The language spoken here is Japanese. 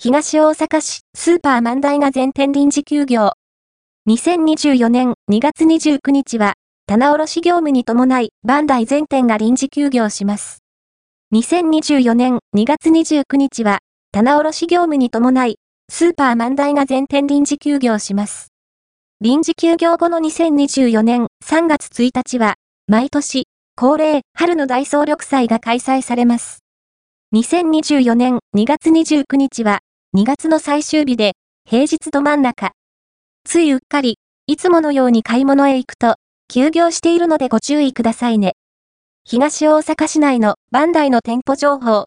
東大阪市スーパー万代が全店臨時休業。2024年2月29日は、棚卸業務に伴い、万代全店が臨時休業します。2024年2月29日は、棚卸業務に伴い、スーパー万代が全店臨時休業します。臨時休業後の2024年3月1日は、毎年、恒例、春の大総力祭が開催されます。2024年2月29日は、2月の最終日で、平日ど真ん中。ついうっかり、いつものように買い物へ行くと、休業しているのでご注意くださいね。東大阪市内の万代の店舗情報。